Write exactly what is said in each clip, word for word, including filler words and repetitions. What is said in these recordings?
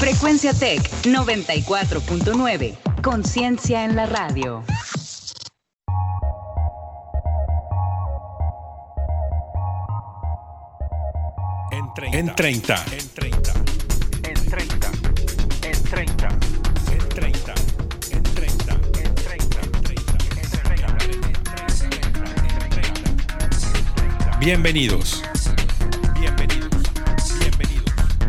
Frecuencia Tech noventa y cuatro punto nueve. Conciencia en la radio. En treinta. En treinta. En treinta. En treinta. En treinta. En treinta. En treinta. En treinta. Bienvenidos. Bienvenidos. Bienvenidos.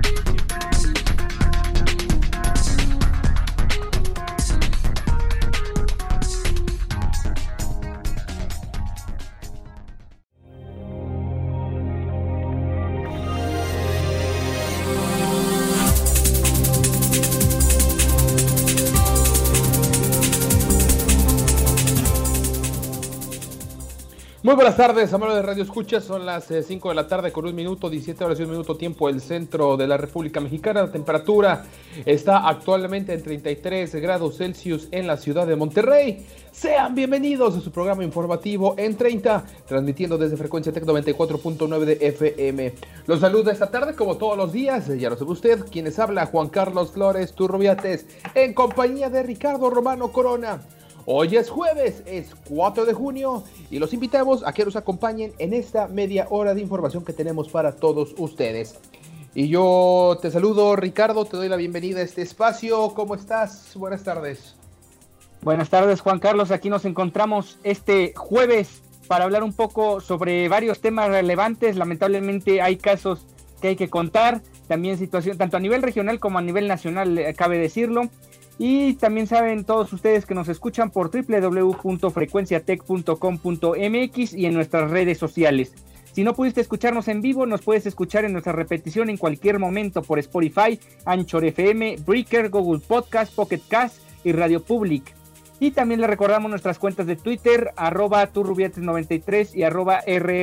Muy buenas tardes, amables de Radio Escucha, son las cinco de la tarde con un minuto, diecisiete horas y un minuto tiempo el centro de la República Mexicana. La temperatura está actualmente en treinta y tres grados Celsius en la ciudad de Monterrey. Sean bienvenidos a su programa informativo en treinta, transmitiendo desde Frecuencia Tech noventa y cuatro punto nueve de F M. Los saluda esta tarde como todos los días, ya lo sabe usted, quienes habla Juan Carlos Flores Turrubiates, en compañía de Ricardo Romano Corona. Hoy es jueves, es cuatro de junio y los invitamos a que nos acompañen en esta media hora de información que tenemos para todos ustedes. Y yo te saludo, Ricardo, te doy la bienvenida a este espacio. ¿Cómo estás? Buenas tardes. Buenas tardes, Juan Carlos. Aquí nos encontramos este jueves para hablar un poco sobre varios temas relevantes. Lamentablemente hay casos que hay que contar, también situación tanto a nivel regional como a nivel nacional, cabe decirlo. Y también saben todos ustedes que nos escuchan por doble u doble u doble u punto frecuencia tech punto com punto m x y en nuestras redes sociales. Si no pudiste escucharnos en vivo, nos puedes escuchar en nuestra repetición en cualquier momento por Spotify, Anchor F M, Breaker, Google Podcast, Pocket Cast y Radio Public. Y también le recordamos nuestras cuentas de Twitter, arroba turrubiates noventa y tres y arroba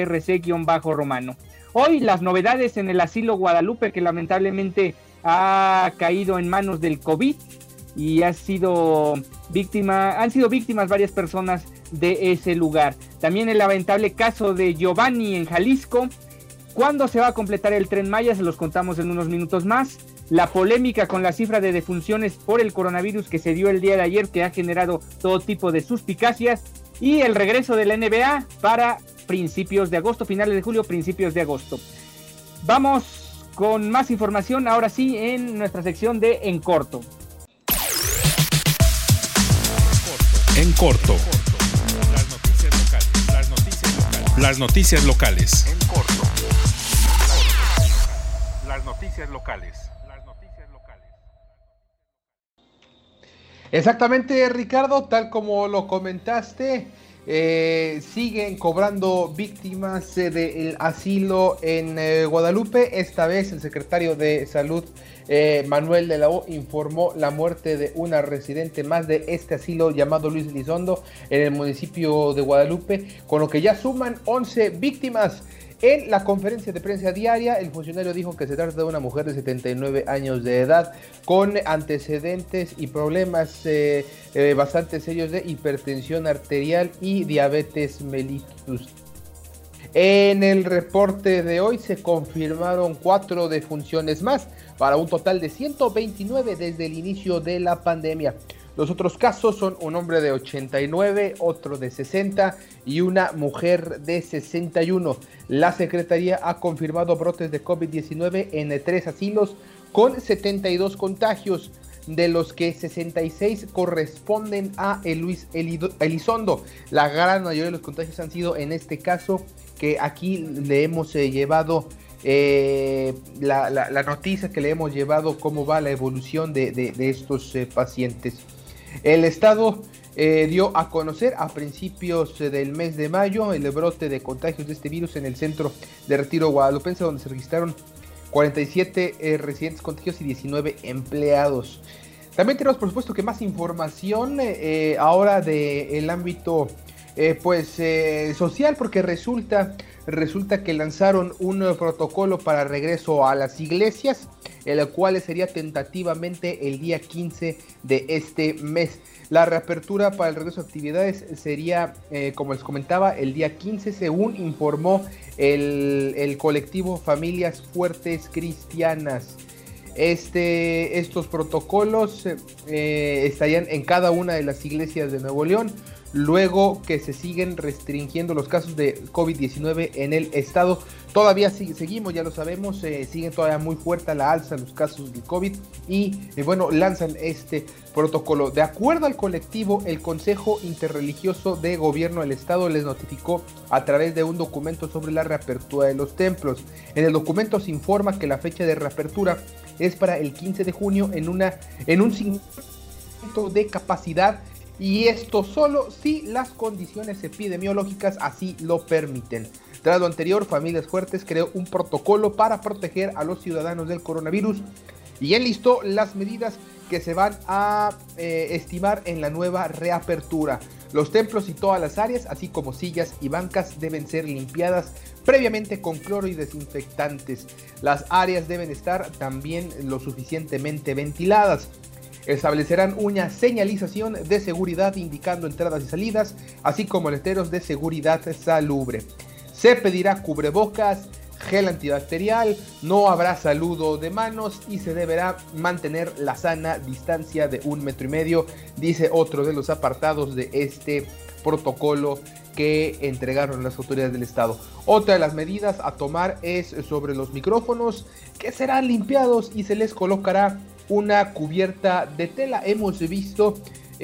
rrc-romano. Hoy las novedades en el asilo Guadalupe, que lamentablemente ha caído en manos del COVID. Y ha sido víctima, han sido víctimas varias personas de ese lugar. También el lamentable caso de Giovanni en Jalisco. ¿Cuándo se va a completar el Tren Maya? Se los contamos en unos minutos más. La polémica con la cifra de defunciones por el coronavirus que se dio el día de ayer, que ha generado todo tipo de suspicacias. Y el regreso de la N B A para principios de agosto, finales de julio, principios de agosto. Vamos con más información ahora sí en nuestra sección de En Corto. En corto. Las noticias locales. Las noticias locales. Las noticias locales. En corto. Las noticias locales. Las noticias locales. Exactamente, Ricardo, tal como lo comentaste, eh, siguen cobrando víctimas eh, del asilo en eh, Guadalupe. Esta vez el secretario de Salud, Eh, Manuel de la O, informó la muerte de una residente más de este asilo llamado Luis Elizondo en el municipio de Guadalupe, con lo que ya suman once víctimas. En la conferencia de prensa diaria, el funcionario dijo que se trata de una mujer de setenta y nueve años de edad con antecedentes y problemas eh, eh, bastante serios de hipertensión arterial y diabetes mellitus. En el reporte de hoy se confirmaron cuatro defunciones más, para un total de ciento veintinueve desde el inicio de la pandemia. Los otros casos son un hombre de ochenta y nueve, otro de sesenta y una mujer de sesenta y uno. La Secretaría ha confirmado brotes de COVID diecinueve en tres asilos con setenta y dos contagios, de los que sesenta y seis corresponden a el Luis Elizondo. La gran mayoría de los contagios han sido en este caso, que aquí le hemos eh, llevado eh, la, la, la noticia que le hemos llevado, cómo va la evolución de, de, de estos eh, pacientes. El estado eh, dio a conocer a principios eh, del mes de mayo el brote de contagios de este virus en el centro de Retiro Guadalupense, donde se registraron cuarenta y siete eh, residentes contagios y diecinueve empleados. También tenemos, por supuesto, que más información eh, ahora del ámbito eh, pues eh, social, porque resulta, resulta que lanzaron un uh, protocolo para regreso a las iglesias, el cual sería tentativamente el día quince de este mes. La reapertura para el regreso a actividades sería, eh, como les comentaba, el día quince, según informó el, el colectivo Familias Fuertes Cristianas. Este, estos protocolos eh, estarían en cada una de las iglesias de Nuevo León, luego que se siguen restringiendo los casos de COVID diecinueve en el estado. Todavía sigue, seguimos, ya lo sabemos, eh, siguen todavía muy fuerte a la alza los casos del COVID y eh, bueno, lanzan este protocolo. De acuerdo al colectivo, el Consejo Interreligioso de Gobierno del Estado les notificó a través de un documento sobre la reapertura de los templos. En el documento se informa que la fecha de reapertura es para el quince de junio en, una, en un cincuenta por ciento de capacidad, y esto solo si las condiciones epidemiológicas así lo permiten. Tras lo anterior, Familias Fuertes creó un protocolo para proteger a los ciudadanos del coronavirus y enlistó las medidas que se van a eh, estimar en la nueva reapertura. Los templos y todas las áreas, así como sillas y bancas, deben ser limpiadas previamente con cloro y desinfectantes. Las áreas deben estar también lo suficientemente ventiladas. Establecerán una señalización de seguridad indicando entradas y salidas, así como letreros de seguridad salubre. Se pedirá cubrebocas, gel antibacterial, no habrá saludo de manos y se deberá mantener la sana distancia de un metro y medio, dice otro de los apartados de este protocolo que entregaron las autoridades del estado. Otra de las medidas a tomar es sobre los micrófonos, que serán limpiados y se les colocará una cubierta de tela. Hemos visto,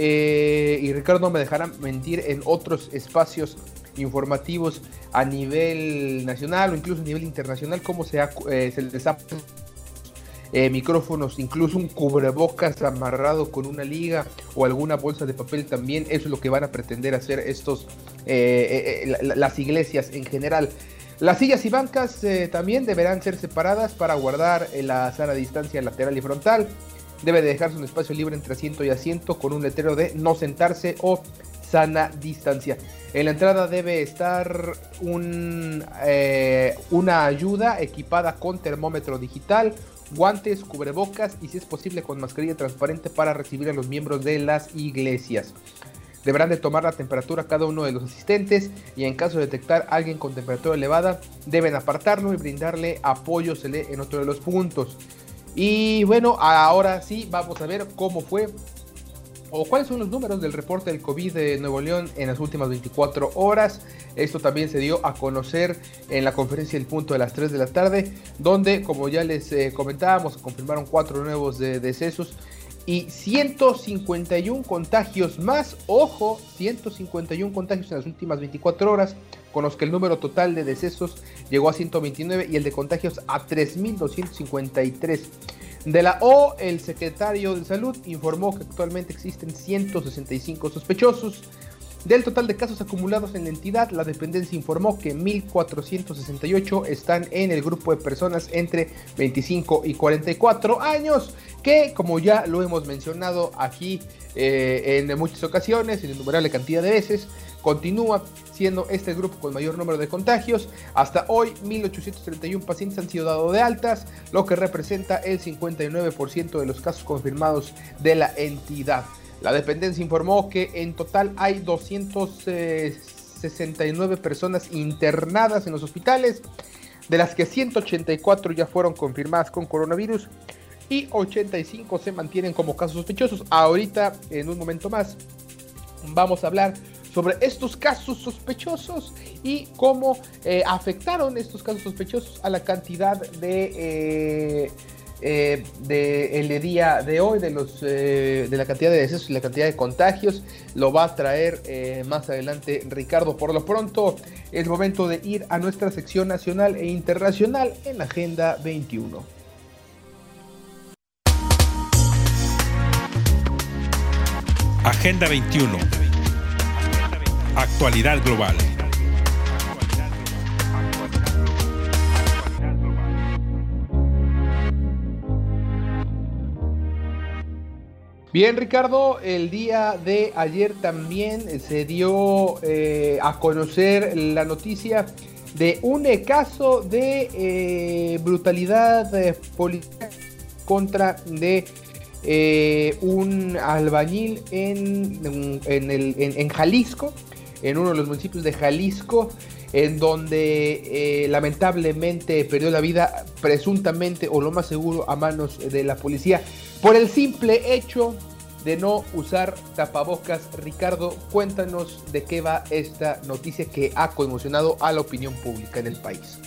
eh, y Ricardo no me dejará mentir, en otros espacios informativos a nivel nacional o incluso a nivel internacional, cómo se, ha, eh, se les ha eh, micrófonos, incluso un cubrebocas amarrado con una liga o alguna bolsa de papel también. Eso es lo que van a pretender hacer estos eh, eh, la, las iglesias en general. Las sillas y bancas eh, también deberán ser separadas para guardar eh, la sana distancia lateral y frontal. Debe de dejarse un espacio libre entre asiento y asiento con un letrero de no sentarse o sana distancia. En la entrada debe estar un, eh, una ayuda equipada con termómetro digital, guantes, cubrebocas y, si es posible, con mascarilla transparente para recibir a los miembros de las iglesias. Deberán de tomar la temperatura cada uno de los asistentes y, en caso de detectar a alguien con temperatura elevada, deben apartarlo y brindarle apoyo, se lee en otro de los puntos. Y bueno, ahora sí vamos a ver cómo fue o cuáles son los números del reporte del COVID de Nuevo León en las últimas veinticuatro horas. Esto también se dio a conocer en la conferencia del punto de las tres de la tarde, donde, como ya les eh, comentábamos, confirmaron cuatro nuevos de decesos y ciento cincuenta y uno contagios más. Ojo, ciento cincuenta y uno contagios en las últimas veinticuatro horas, con los que el número total de decesos llegó a ciento veintinueve y el de contagios a tres mil doscientos cincuenta y tres. De la O, el secretario de Salud informó que actualmente existen ciento sesenta y cinco sospechosos. Del total de casos acumulados en la entidad, la dependencia informó que mil cuatrocientos sesenta y ocho están en el grupo de personas entre veinticinco y cuarenta y cuatro años, que, como ya lo hemos mencionado aquí eh, en muchas ocasiones, en innumerable cantidad de veces, continúa siendo este grupo con mayor número de contagios. Hasta hoy, mil ochocientos treinta y uno pacientes han sido dados de altas, lo que representa el cincuenta y nueve por ciento de los casos confirmados de la entidad. La dependencia informó que en total hay doscientas sesenta y nueve personas internadas en los hospitales, de las que ciento ochenta y cuatro ya fueron confirmadas con coronavirus y ochenta y cinco se mantienen como casos sospechosos. Ahorita, en un momento más, vamos a hablar sobre estos casos sospechosos y cómo eh, afectaron estos casos sospechosos a la cantidad de... Eh, Eh, de el día de hoy, de los eh, de la cantidad de decesos y la cantidad de contagios. Lo va a traer eh, más adelante Ricardo. Por lo pronto es momento de ir a nuestra sección nacional e internacional en la Agenda veintiuno. Agenda veintiuno. Actualidad global. Bien, Ricardo, el día de ayer también se dio eh, a conocer la noticia de un eh, caso de eh, brutalidad eh, policial contra de eh, un albañil en, en, el, en, en Jalisco, en uno de los municipios de Jalisco. en donde eh, lamentablemente perdió la vida presuntamente o lo más seguro a manos de la policía por el simple hecho de no usar tapabocas. Ricardo, cuéntanos de qué va esta noticia que ha conmocionado a la opinión pública en el país.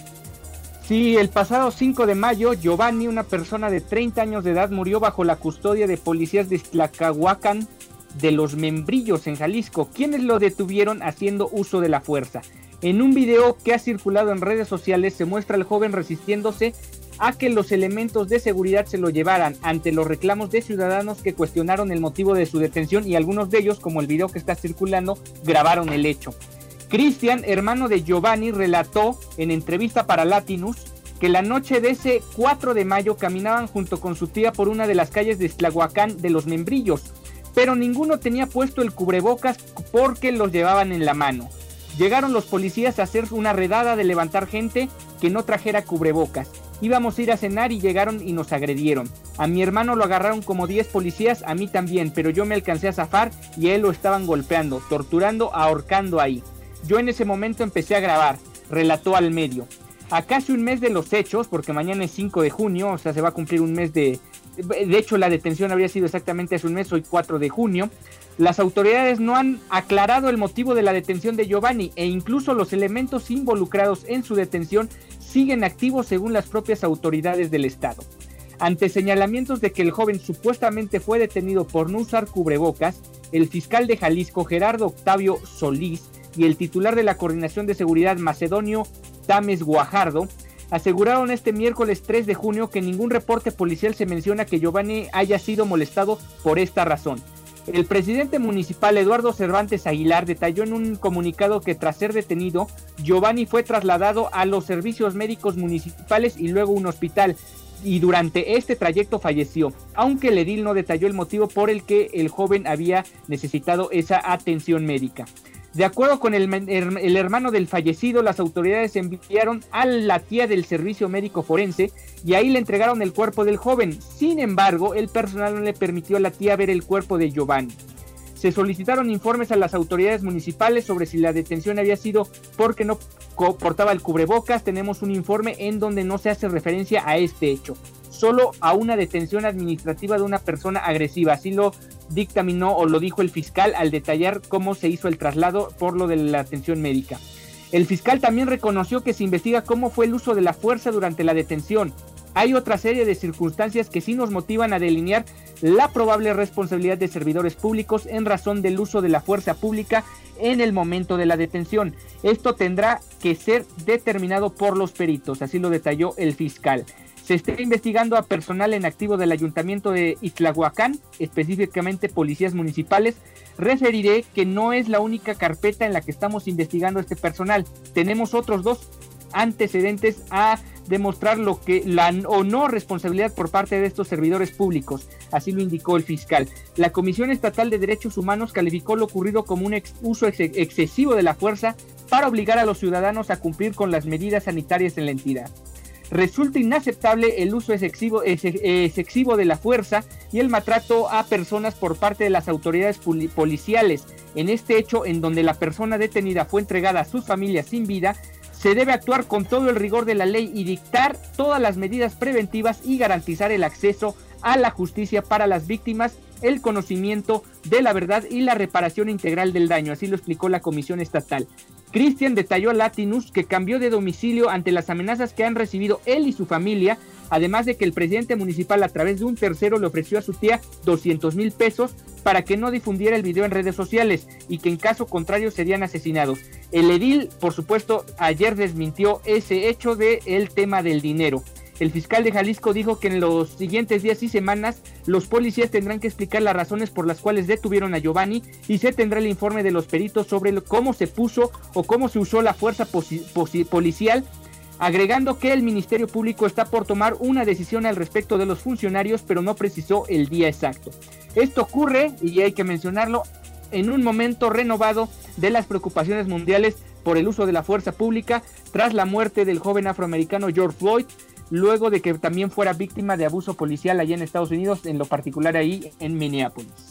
Sí, el pasado cinco de mayo, Giovanni, una persona de treinta años de edad, murió bajo la custodia de policías de Tlacahuacán de los Membrillos en Jalisco, quienes lo detuvieron haciendo uso de la fuerza. En un video que ha circulado en redes sociales se muestra al joven resistiéndose a que los elementos de seguridad se lo llevaran ante los reclamos de ciudadanos que cuestionaron el motivo de su detención, y algunos de ellos, como el video que está circulando, grabaron el hecho. Cristian, hermano de Giovanni, relató en entrevista para Latinus que la noche de ese cuatro de mayo caminaban junto con su tía por una de las calles de Tlahuacán de los Membrillos, pero ninguno tenía puesto el cubrebocas porque los llevaban en la mano. Llegaron los policías a hacer una redada de levantar gente que no trajera cubrebocas. Íbamos a ir a cenar y llegaron y nos agredieron. A mi hermano lo agarraron como diez policías, a mí también, pero yo me alcancé a zafar y a él lo estaban golpeando, torturando, ahorcando ahí. Yo en ese momento empecé a grabar, relató al medio. A casi un mes de los hechos, porque mañana es cinco de junio, o sea se va a cumplir un mes de... De hecho la detención habría sido exactamente hace un mes, hoy cuatro de junio. Las autoridades no han aclarado el motivo de la detención de Giovanni, e incluso los elementos involucrados en su detención siguen activos según las propias autoridades del estado. Ante señalamientos de que el joven supuestamente fue detenido por no usar cubrebocas, el fiscal de Jalisco, Gerardo Octavio Solís, y el titular de la Coordinación de Seguridad, Macedonio Tames Guajardo, aseguraron este miércoles tres de junio que ningún reporte policial se menciona que Giovanni haya sido molestado por esta razón. El presidente municipal, Eduardo Cervantes Aguilar, detalló en un comunicado que tras ser detenido, Giovanni fue trasladado a los servicios médicos municipales y luego a un hospital, y durante este trayecto falleció, aunque el edil no detalló el motivo por el que el joven había necesitado esa atención médica. De acuerdo con el, el hermano del fallecido, las autoridades enviaron a la tía del servicio médico forense y ahí le entregaron el cuerpo del joven. Sin embargo, el personal no le permitió a la tía ver el cuerpo de Giovanni. Se solicitaron informes a las autoridades municipales sobre si la detención había sido porque no portaba el cubrebocas. Tenemos un informe en donde no se hace referencia a este hecho, solo a una detención administrativa de una persona agresiva. Así lo dictaminó o lo dijo el fiscal al detallar cómo se hizo el traslado por lo de la atención médica. El fiscal también reconoció que se investiga cómo fue el uso de la fuerza durante la detención. Hay otra serie de circunstancias que sí nos motivan a delinear la probable responsabilidad de servidores públicos en razón del uso de la fuerza pública en el momento de la detención. Esto tendrá que ser determinado por los peritos, así lo detalló el fiscal. Se está investigando a personal en activo del ayuntamiento de Tlahuacán, específicamente policías municipales. Referiré que no es la única carpeta en la que estamos investigando a este personal. Tenemos otros dos antecedentes a demostrar lo que la o no responsabilidad por parte de estos servidores públicos, así lo indicó el fiscal. La Comisión Estatal de Derechos Humanos calificó lo ocurrido como un ex uso ex excesivo de la fuerza para obligar a los ciudadanos a cumplir con las medidas sanitarias en la entidad. Resulta inaceptable el uso excesivo, excesivo de la fuerza y el maltrato a personas por parte de las autoridades policiales. En este hecho, en donde la persona detenida fue entregada a sus familias sin vida, se debe actuar con todo el rigor de la ley y dictar todas las medidas preventivas y garantizar el acceso a la justicia para las víctimas, el conocimiento de la verdad y la reparación integral del daño, así lo explicó la Comisión Estatal. Cristian detalló a Latinus que cambió de domicilio ante las amenazas que han recibido él y su familia, además de que el presidente municipal a través de un tercero le ofreció a su tía doscientos mil pesos para que no difundiera el video en redes sociales y que en caso contrario serían asesinados. El edil, por supuesto, ayer desmintió ese hecho del tema del dinero. El fiscal de Jalisco dijo que en los siguientes días y semanas los policías tendrán que explicar las razones por las cuales detuvieron a Giovanni y se tendrá el informe de los peritos sobre cómo se puso o cómo se usó la fuerza policial, agregando que el Ministerio Público está por tomar una decisión al respecto de los funcionarios, pero no precisó el día exacto. Esto ocurre, y hay que mencionarlo, en un momento renovado de las preocupaciones mundiales por el uso de la fuerza pública tras la muerte del joven afroamericano George Floyd, luego de que también fuera víctima de abuso policial allá en Estados Unidos, en lo particular ahí en Minneapolis.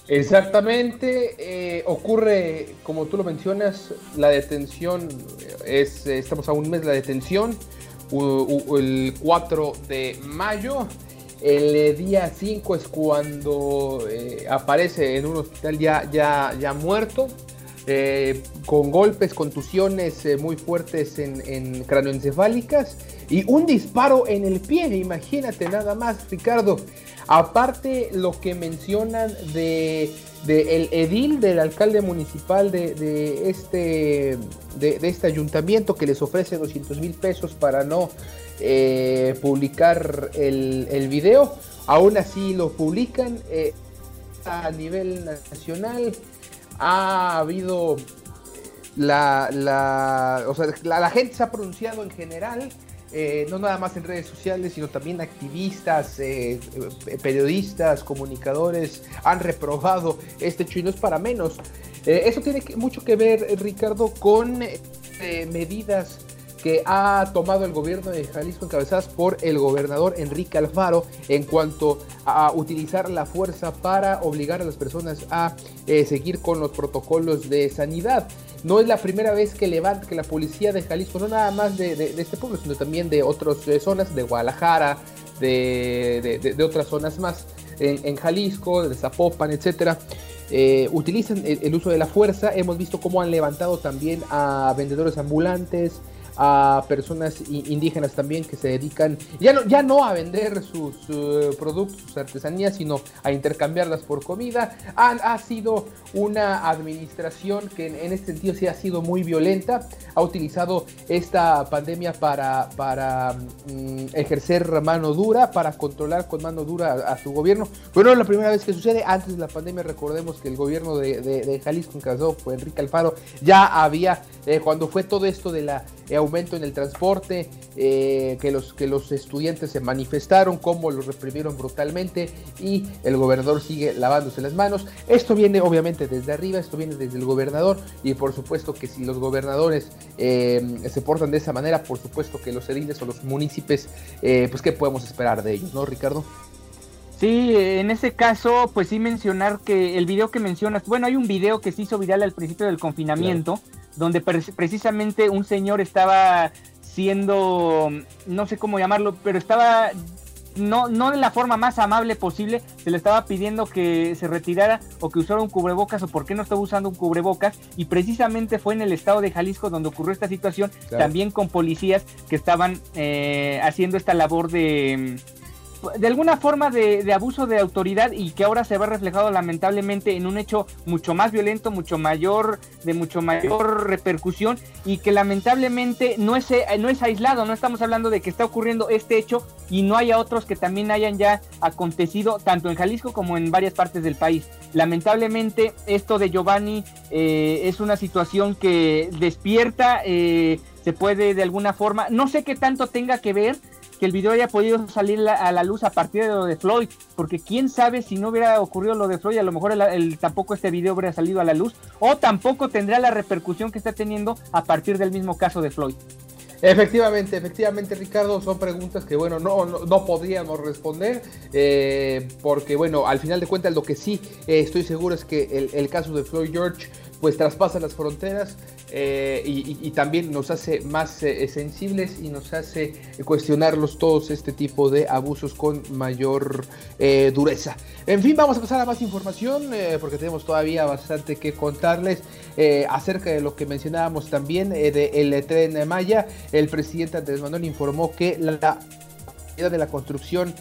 Exactamente, eh, ocurre, como tú lo mencionas, la detención, es, estamos a un mes de la detención, u, u, el cuatro de mayo, el día cinco es cuando eh, aparece en un hospital ya, ya, ya muerto, eh, con golpes, contusiones eh, muy fuertes en, en cráneoencefálicas y un disparo en el pie, imagínate nada más, Ricardo. Aparte lo que mencionan de, de el edil, del alcalde municipal de, de, este, de, de este ayuntamiento, que les ofrece doscientos mil pesos para no eh, publicar el, el video, aún así lo publican. Eh, a nivel nacional ha habido la, la, o sea, la, la gente se ha pronunciado en general. Eh, no nada más en redes sociales, sino también activistas, eh, periodistas, comunicadores han reprobado este hecho y no es para menos. Eh, eso tiene que, mucho que ver, Ricardo, con eh, medidas que ha tomado el gobierno de Jalisco encabezadas por el gobernador Enrique Alfaro en cuanto a utilizar la fuerza para obligar a las personas a eh, seguir con los protocolos de sanidad. No es la primera vez que levanta, que la policía de Jalisco, no nada más de, de, de este pueblo, sino también de otras eh, zonas, de Guadalajara, de, de, de, de otras zonas más, en, en Jalisco, de Zapopan, etcétera, eh, utilizan el, el uso de la fuerza. Hemos visto cómo han levantado también a vendedores ambulantes, a personas indígenas también que se dedican ya no, ya no a vender sus uh, productos, sus artesanías, sino a intercambiarlas por comida. Ha, ha sido una administración que en, en este sentido sí ha sido muy violenta, ha utilizado esta pandemia para, para um, ejercer mano dura, para controlar con mano dura a, a su gobierno. Pero no es la primera vez que sucede. Antes de la pandemia recordemos que el gobierno de, de, de Jalisco, encabezado por Enrique Alfaro, ya había, eh, cuando fue todo esto de la eh, aumento en el transporte, eh, que, los, que los estudiantes se manifestaron, cómo los reprimieron brutalmente y el gobernador sigue lavándose las manos. Esto viene obviamente desde arriba, esto viene desde el gobernador y por supuesto que si los gobernadores eh, se portan de esa manera, por supuesto que los ediles o los municipios, eh, pues qué podemos esperar de ellos, ¿no, Ricardo? Sí, en ese caso, pues sí mencionar que el video que mencionas, bueno, hay un video que se hizo viral al principio del confinamiento, claro, donde pre- precisamente un señor estaba siendo, no sé cómo llamarlo, pero estaba no, no de la forma más amable posible, se le estaba pidiendo que se retirara o que usara un cubrebocas o por qué no estaba usando un cubrebocas, y precisamente fue en el estado de Jalisco donde ocurrió esta situación, claro, también con policías que estaban eh, haciendo esta labor de... de alguna forma de, de abuso de autoridad y que ahora se ve reflejado lamentablemente en un hecho mucho más violento, mucho mayor, de mucho mayor repercusión y que lamentablemente no es, no es aislado, no estamos hablando de que está ocurriendo este hecho y no haya otros que también hayan ya acontecido tanto en Jalisco como en varias partes del país. Lamentablemente esto de Giovanni eh, es una situación que despierta, eh, se puede de alguna forma, no sé qué tanto tenga que ver que el video haya podido salir la, a la luz a partir de lo de Floyd, porque quién sabe si no hubiera ocurrido lo de Floyd, a lo mejor el, el, tampoco este video hubiera salido a la luz, o tampoco tendrá la repercusión que está teniendo a partir del mismo caso de Floyd. Efectivamente, efectivamente, Ricardo, son preguntas que, bueno, no, no, no podríamos responder, eh, porque, bueno, al final de cuentas lo que sí eh, estoy seguro es que el, el caso de Floyd George, pues traspasa las fronteras, eh, y, y, y también nos hace más eh, sensibles y nos hace cuestionarlos todos este tipo de abusos con mayor eh, dureza. En fin, vamos a pasar a más información, eh, porque tenemos todavía bastante que contarles eh, acerca de lo que mencionábamos también eh, del Tren Maya. El presidente Andrés Manuel informó que la de la construcción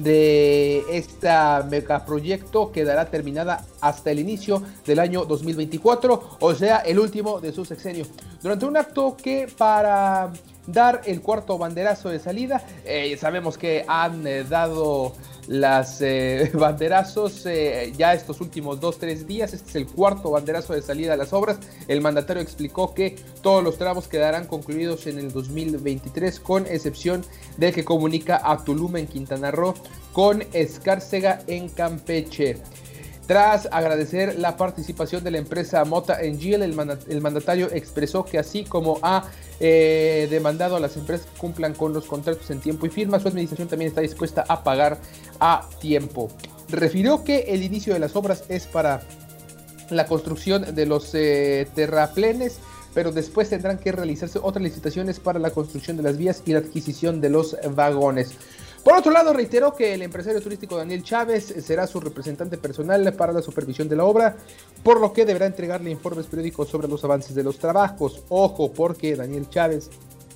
de este megaproyecto quedará terminada hasta el inicio del año dos mil veinticuatro, o sea, el último de su sexenio. Durante un acto que para dar el cuarto banderazo de salida, eh, sabemos que han eh, dado las eh, banderazos eh, ya estos últimos dos, tres días. Este es el cuarto banderazo de salida a las obras. El mandatario explicó que todos los tramos quedarán concluidos en el dos mil veintitrés, con excepción del que comunica a Tulum en Quintana Roo con Escárcega en Campeche. Tras agradecer la participación de la empresa Mota Engil, el, manda- el mandatario expresó que así como a eh, demandado a las empresas que cumplan con los contratos en tiempo y firma. Su administración también está dispuesta a pagar a tiempo. Refirió que el inicio de las obras es para la construcción de los eh, terraplenes, pero después tendrán que realizarse otras licitaciones para la construcción de las vías y la adquisición de los vagones. Por otro lado, reiteró que el empresario turístico Daniel Chávez será su representante personal para la supervisión de la obra, por lo que deberá entregarle informes periódicos sobre los avances de los trabajos. Ojo, porque Daniel Chávez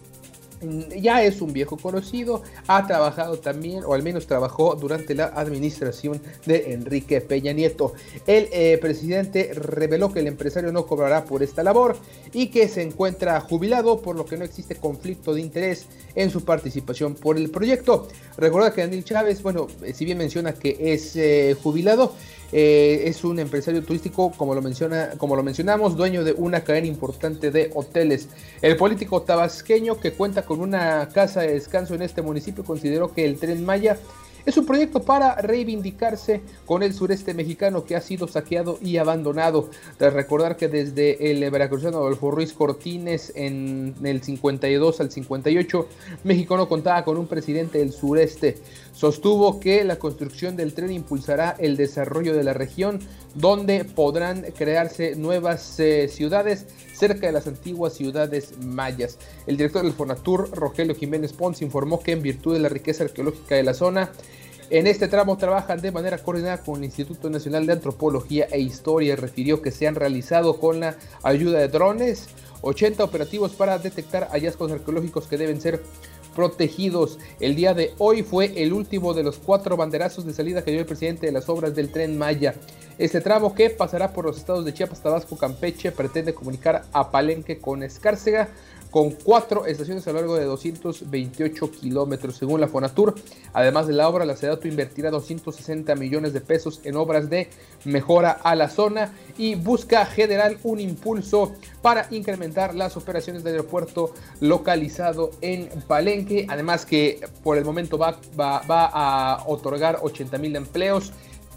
ya es un viejo conocido, ha trabajado también, o al menos trabajó durante la administración de Enrique Peña Nieto. El eh, presidente reveló que el empresario no cobrará por esta labor y que se encuentra jubilado, por lo que no existe conflicto de interés en su participación por el proyecto. Recuerda que Daniel Chávez, bueno, si bien menciona que es eh, jubilado, Eh, es un empresario turístico, como lo menciona, como lo mencionamos, dueño de una cadena importante de hoteles. El político tabasqueño, que cuenta con una casa de descanso en este municipio, consideró que el Tren Maya es un proyecto para reivindicarse con el sureste mexicano, que ha sido saqueado y abandonado. Tras recordar que desde el veracruzano Adolfo Ruiz Cortines en el cincuenta y dos al cincuenta y ocho, México no contaba con un presidente del sureste. Sostuvo que la construcción del tren impulsará el desarrollo de la región, donde podrán crearse nuevas eh, ciudades cerca de las antiguas ciudades mayas. El director del Fonatur, Rogelio Jiménez Pons, informó que en virtud de la riqueza arqueológica de la zona, en este tramo trabajan de manera coordinada con el Instituto Nacional de Antropología e Historia. Refirió que se han realizado con la ayuda de drones ochenta operativos para detectar hallazgos arqueológicos que deben ser protegidos. El día de hoy fue el último de los cuatro banderazos de salida que dio el presidente de las obras del Tren Maya. Este tramo, que pasará por los estados de Chiapas, Tabasco, Campeche, pretende comunicar a Palenque con Escárcega, con cuatro estaciones a lo largo de doscientos veintiocho kilómetros. Según la Fonatur, además de la obra, la SEDATU invertirá doscientos sesenta millones de pesos en obras de mejora a la zona y busca generar un impulso para incrementar las operaciones del aeropuerto localizado en Palenque. Además que por el momento va, va, va a otorgar ochenta mil empleos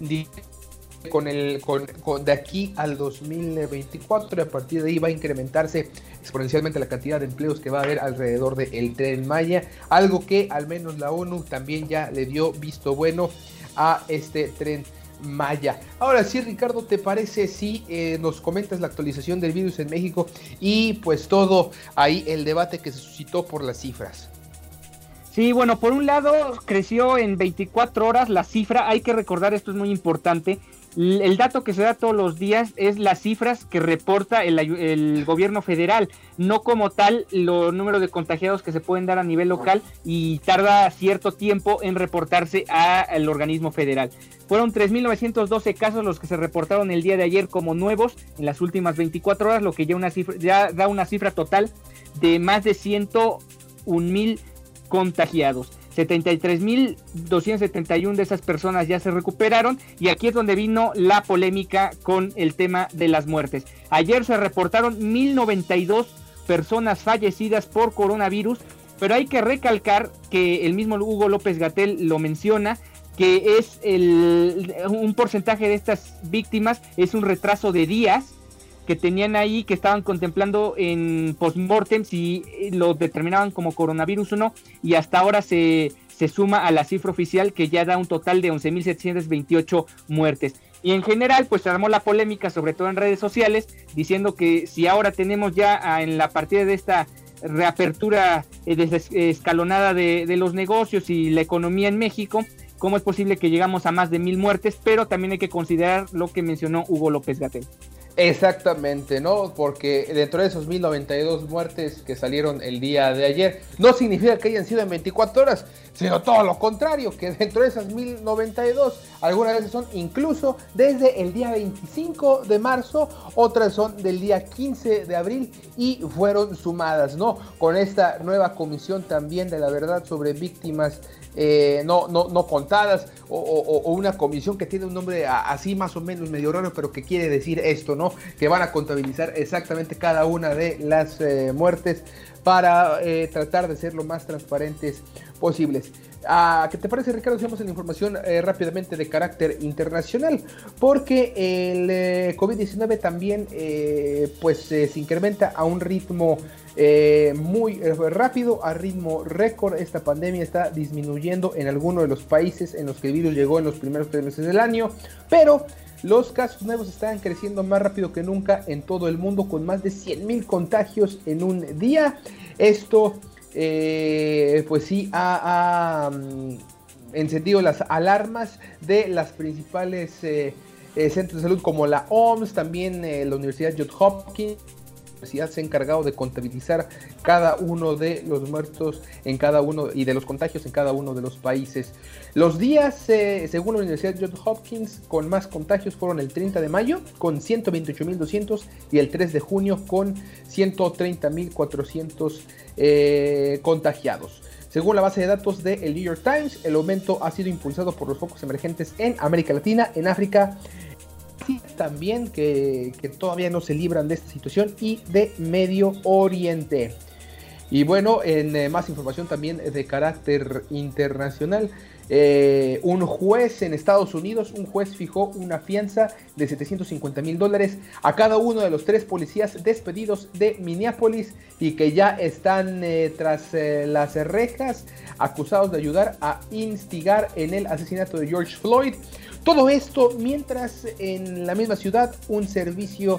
con el con, con de aquí al dos mil veinticuatro, y a partir de ahí va a incrementarse exponencialmente la cantidad de empleos que va a haber alrededor del Tren Maya, algo que al menos la ONU también ya le dio visto bueno a este Tren Maya. Ahora sí, Ricardo, ¿te parece si eh, nos comentas la actualización del virus en México y pues todo ahí el debate que se suscitó por las cifras? Sí, bueno, por un lado creció en veinticuatro horas la cifra. Hay que recordar, esto es muy importante, el dato que se da todos los días es las cifras que reporta el, el gobierno federal, no como tal los números de contagiados que se pueden dar a nivel local, y tarda cierto tiempo en reportarse al organismo federal. Fueron tres mil novecientos doce casos los que se reportaron el día de ayer como nuevos en las últimas veinticuatro horas, lo que ya, una cifra, ya da una cifra total de más de ciento un mil contagiados. setenta y tres mil doscientos setenta y uno de esas personas ya se recuperaron, y aquí es donde vino la polémica con el tema de las muertes. Ayer se reportaron mil noventa y dos personas fallecidas por coronavirus, pero hay que recalcar que el mismo Hugo López-Gatell lo menciona, que es el, un porcentaje de estas víctimas es un retraso de días que tenían ahí, que estaban contemplando en postmortem si lo determinaban como coronavirus o no, y hasta ahora se, se suma a la cifra oficial, que ya da un total de once mil setecientos veintiocho muertes. Y en general, pues se armó la polémica, sobre todo en redes sociales, diciendo que si ahora tenemos ya en la partida de esta reapertura eh, escalonada de, de los negocios y la economía en México, ¿cómo es posible que llegamos a más de mil muertes? Pero también hay que considerar lo que mencionó Hugo López-Gatell. Exactamente, ¿no? Porque dentro de esos mil noventa y dos muertes que salieron el día de ayer, no significa que hayan sido en veinticuatro horas, sino todo lo contrario, que dentro de esas mil noventa y dos, algunas veces son incluso desde el día veinticinco de marzo, otras son del día quince de abril y fueron sumadas, ¿no? Con esta nueva comisión también de la verdad sobre víctimas eh, no, no, no contadas, o, o, o una comisión que tiene un nombre así más o menos medio raro, pero que quiere decir esto, ¿no? Que van a contabilizar exactamente cada una de las eh, muertes para eh, tratar de ser lo más transparentes posibles. Ah, ¿Qué te parece, Ricardo? Hacemos la información eh, rápidamente de carácter internacional, porque el eh, COVID diecinueve también eh, pues eh, se incrementa a un ritmo eh, muy eh, rápido, a ritmo récord. Esta pandemia está disminuyendo en algunos de los países en los que el virus llegó en los primeros tres meses del año, pero los casos nuevos están creciendo más rápido que nunca en todo el mundo, con más de cien mil contagios en un día. Esto Eh, pues sí ha, ha um, encendido las alarmas de las principales eh, eh, centros de salud como la O M S, también eh, la Universidad Johns Hopkins. La universidad se ha encargado de contabilizar cada uno de los muertos en cada uno y de los contagios en cada uno de los países. Los días, eh, según la Universidad Johns Hopkins, con más contagios fueron el treinta de mayo con ciento veintiocho mil doscientos y el tres de junio con ciento treinta mil cuatrocientos eh, contagiados. Según la base de datos de el New York Times, el aumento ha sido impulsado por los focos emergentes en América Latina, en África, también que, que todavía no se libran de esta situación, y de Medio Oriente. Y bueno, en eh, más información también de carácter internacional, eh, un juez en Estados Unidos, un juez fijó una fianza de setecientos cincuenta mil dólares a cada uno de los tres policías despedidos de Minneapolis y que ya están eh, tras eh, las rejas, acusados de ayudar a instigar en el asesinato de George Floyd. Todo esto mientras en la misma ciudad un servicio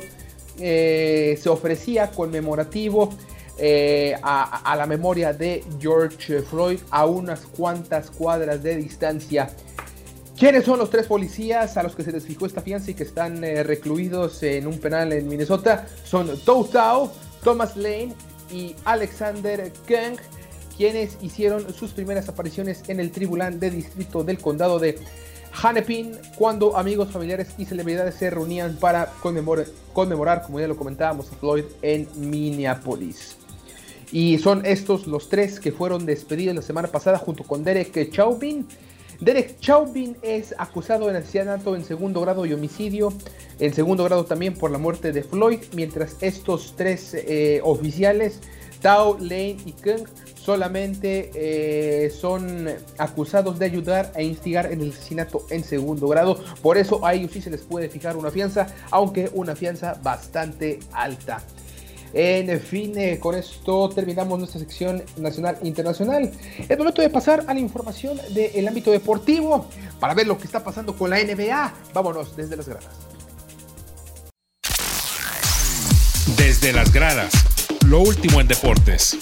eh, se ofrecía conmemorativo eh, a, a la memoria de George Floyd a unas cuantas cuadras de distancia. ¿Quiénes son los tres policías a los que se les fijó esta fianza y que están eh, recluidos en un penal en Minnesota? Son Tou Thao, Thomas Lane y Alexander Kueng, quienes hicieron sus primeras apariciones en el tribunal de distrito del condado de Hennepin, cuando amigos, familiares y celebridades se reunían para conmemorar, conmemorar, como ya lo comentábamos, a Floyd en Minneapolis. Y son estos los tres que fueron despedidos la semana pasada junto con Derek Chauvin. Derek Chauvin es acusado de asesinato en segundo grado y homicidio en segundo grado también por la muerte de Floyd, mientras estos tres eh, oficiales, Thao, Lane y Kueng, solamente eh, son acusados de ayudar a instigar en el asesinato en segundo grado. Por eso a ellos sí se les puede fijar una fianza, aunque una fianza bastante alta. En fin, eh, con esto terminamos nuestra sección nacional e internacional. Es momento de pasar a la información del ámbito deportivo para ver lo que está pasando con la N B A. Vámonos desde las gradas. Desde las gradas, lo último en deportes.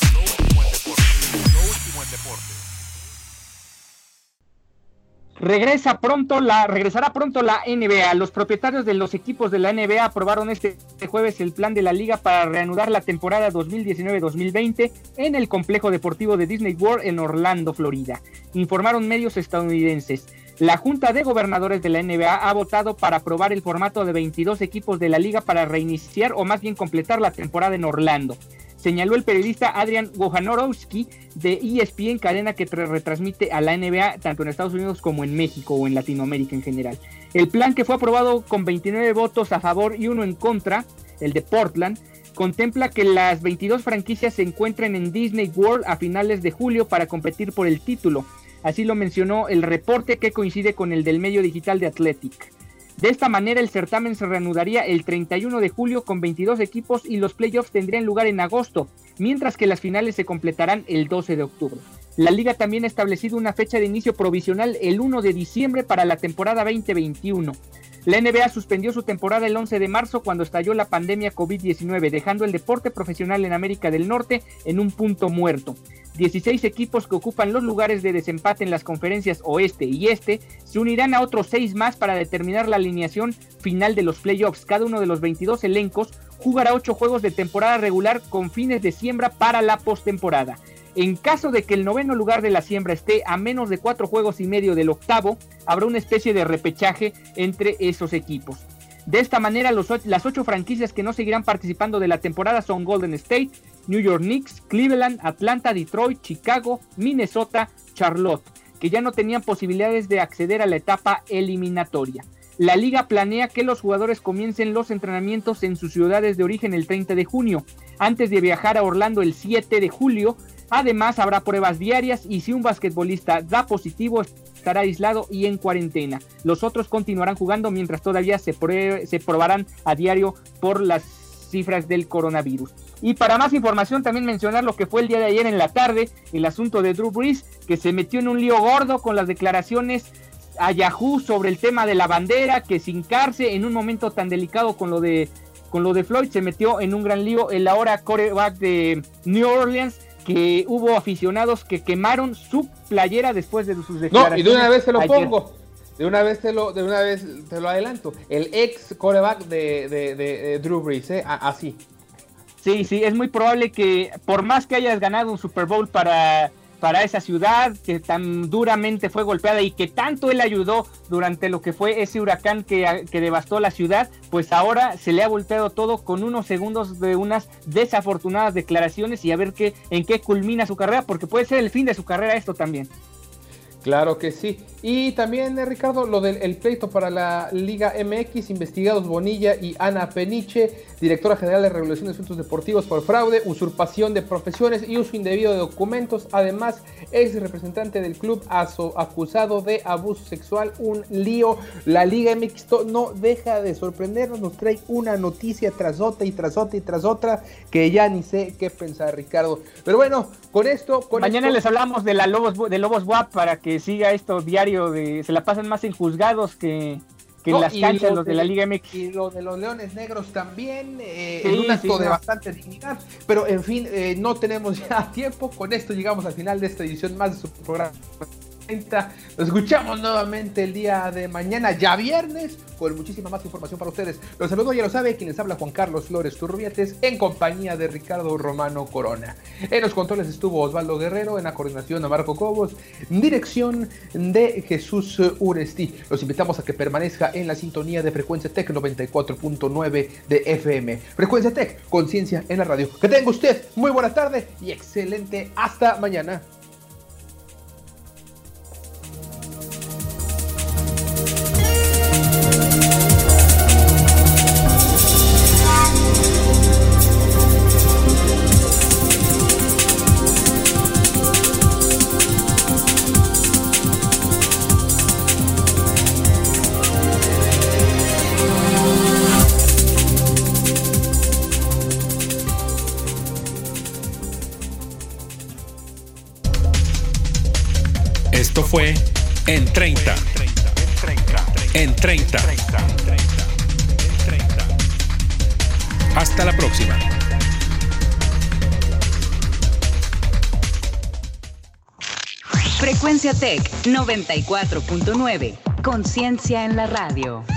Regresa pronto la, regresará pronto la N B A. Los propietarios de los equipos de la N B A aprobaron este jueves el plan de la liga para reanudar la temporada dos mil diecinueve dos mil veinte en el complejo deportivo de Disney World en Orlando, Florida, informaron medios estadounidenses. La Junta de Gobernadores de la N B A ha votado para aprobar el formato de veintidós equipos de la liga para reiniciar o más bien completar la temporada en Orlando, señaló el periodista Adrian Wojnarowski de E S P N, cadena que retransmite a la N B A tanto en Estados Unidos como en México o en Latinoamérica en general. El plan, que fue aprobado con veintinueve votos a favor y uno en contra, el de Portland, contempla que las veintidós franquicias se encuentren en Disney World a finales de julio para competir por el título. Así lo mencionó el reporte, que coincide con el del medio digital de Athletic. De esta manera, el certamen se reanudaría el treinta y uno de julio con veintidós equipos y los playoffs tendrían lugar en agosto, mientras que las finales se completarán el doce de octubre. La liga también ha establecido una fecha de inicio provisional el uno de diciembre para la temporada veinte veintiuno. La N B A suspendió su temporada el once de marzo cuando estalló la pandemia COVID diecinueve, dejando el deporte profesional en América del Norte en un punto muerto. dieciséis equipos que ocupan los lugares de desempate en las conferencias oeste y este se unirán a otros seis más para determinar la alineación final de los playoffs. Cada uno de los veintidós elencos jugará ocho juegos de temporada regular con fines de siembra para la postemporada. En caso de que el noveno lugar de la siembra esté a menos de cuatro juegos y medio del octavo, habrá una especie de repechaje entre esos equipos. De esta manera, los, las ocho franquicias que no seguirán participando de la temporada son Golden State, New York Knicks, Cleveland, Atlanta, Detroit, Chicago, Minnesota, Charlotte, que ya no tenían posibilidades de acceder a la etapa eliminatoria. La liga planea que los jugadores comiencen los entrenamientos en sus ciudades de origen el treinta de junio. antes de viajar a Orlando el siete de julio. Además, habrá pruebas diarias y si un basquetbolista da positivo, estará aislado y en cuarentena. Los otros continuarán jugando mientras todavía se, pruebe, se probarán a diario por las cifras del coronavirus. Y para más información también mencionar lo que fue el día de ayer en la tarde, el asunto de Drew Brees, que se metió en un lío gordo con las declaraciones a Yahoo sobre el tema de la bandera, que sin cárcel en un momento tan delicado con lo de con lo de Floyd, se metió en un gran lío el ahora quarterback de New Orleans, que hubo aficionados que quemaron su playera después de sus declaraciones. No, y de una vez te lo ayer. pongo, de una vez te lo, de una vez te lo adelanto, el ex quarterback de, de, de, de Drew Brees, ¿eh? así. Sí, sí, es muy probable que por más que hayas ganado un Super Bowl para, para esa ciudad que tan duramente fue golpeada y que tanto él ayudó durante lo que fue ese huracán que, que devastó la ciudad, pues ahora se le ha volteado todo con unos segundos de unas desafortunadas declaraciones y a ver qué, en qué culmina su carrera, porque puede ser el fin de su carrera esto también. Claro que sí. Y también, eh, Ricardo, lo del el pleito para la Liga M X, investigados Bonilla y Ana Peniche, directora general de Regulación de Asuntos Deportivos por fraude, usurpación de profesiones y uso indebido de documentos. Además, ex representante del club aso, acusado de abuso sexual, un lío. La Liga M X no deja de sorprendernos, nos trae una noticia tras otra y tras otra y tras otra que ya ni sé qué pensar, Ricardo. Pero bueno, con esto... Con Mañana esto... les hablamos de la Lobos de Lobos W A P para que siga esto diario, de se la pasan más en juzgados que, que no, en las canchas los de, de la Liga M X. Y lo de los Leones Negros también, eh, sí, en un acto sí, de no. bastante dignidad, pero en fin, eh, no tenemos ya tiempo, con esto llegamos al final de esta edición más de su programa. Nos escuchamos nuevamente el día de mañana, ya viernes, con muchísima más información para ustedes. Los saludo, ya lo sabe, quien les habla, Juan Carlos Flores Turbiates, en compañía de Ricardo Romano Corona. En los controles estuvo Osvaldo Guerrero, en la coordinación a Marco Cobos, dirección de Jesús Uresti. Los invitamos a que permanezca en la sintonía de Frecuencia Tech noventa y cuatro punto nueve de F M. Frecuencia Tech, conciencia en la radio. Que tenga usted muy buena tarde y excelente hasta mañana. Esto fue En treinta. En treinta. Hasta la próxima. Frecuencia Tech noventa y cuatro punto nueve. Conciencia en la radio.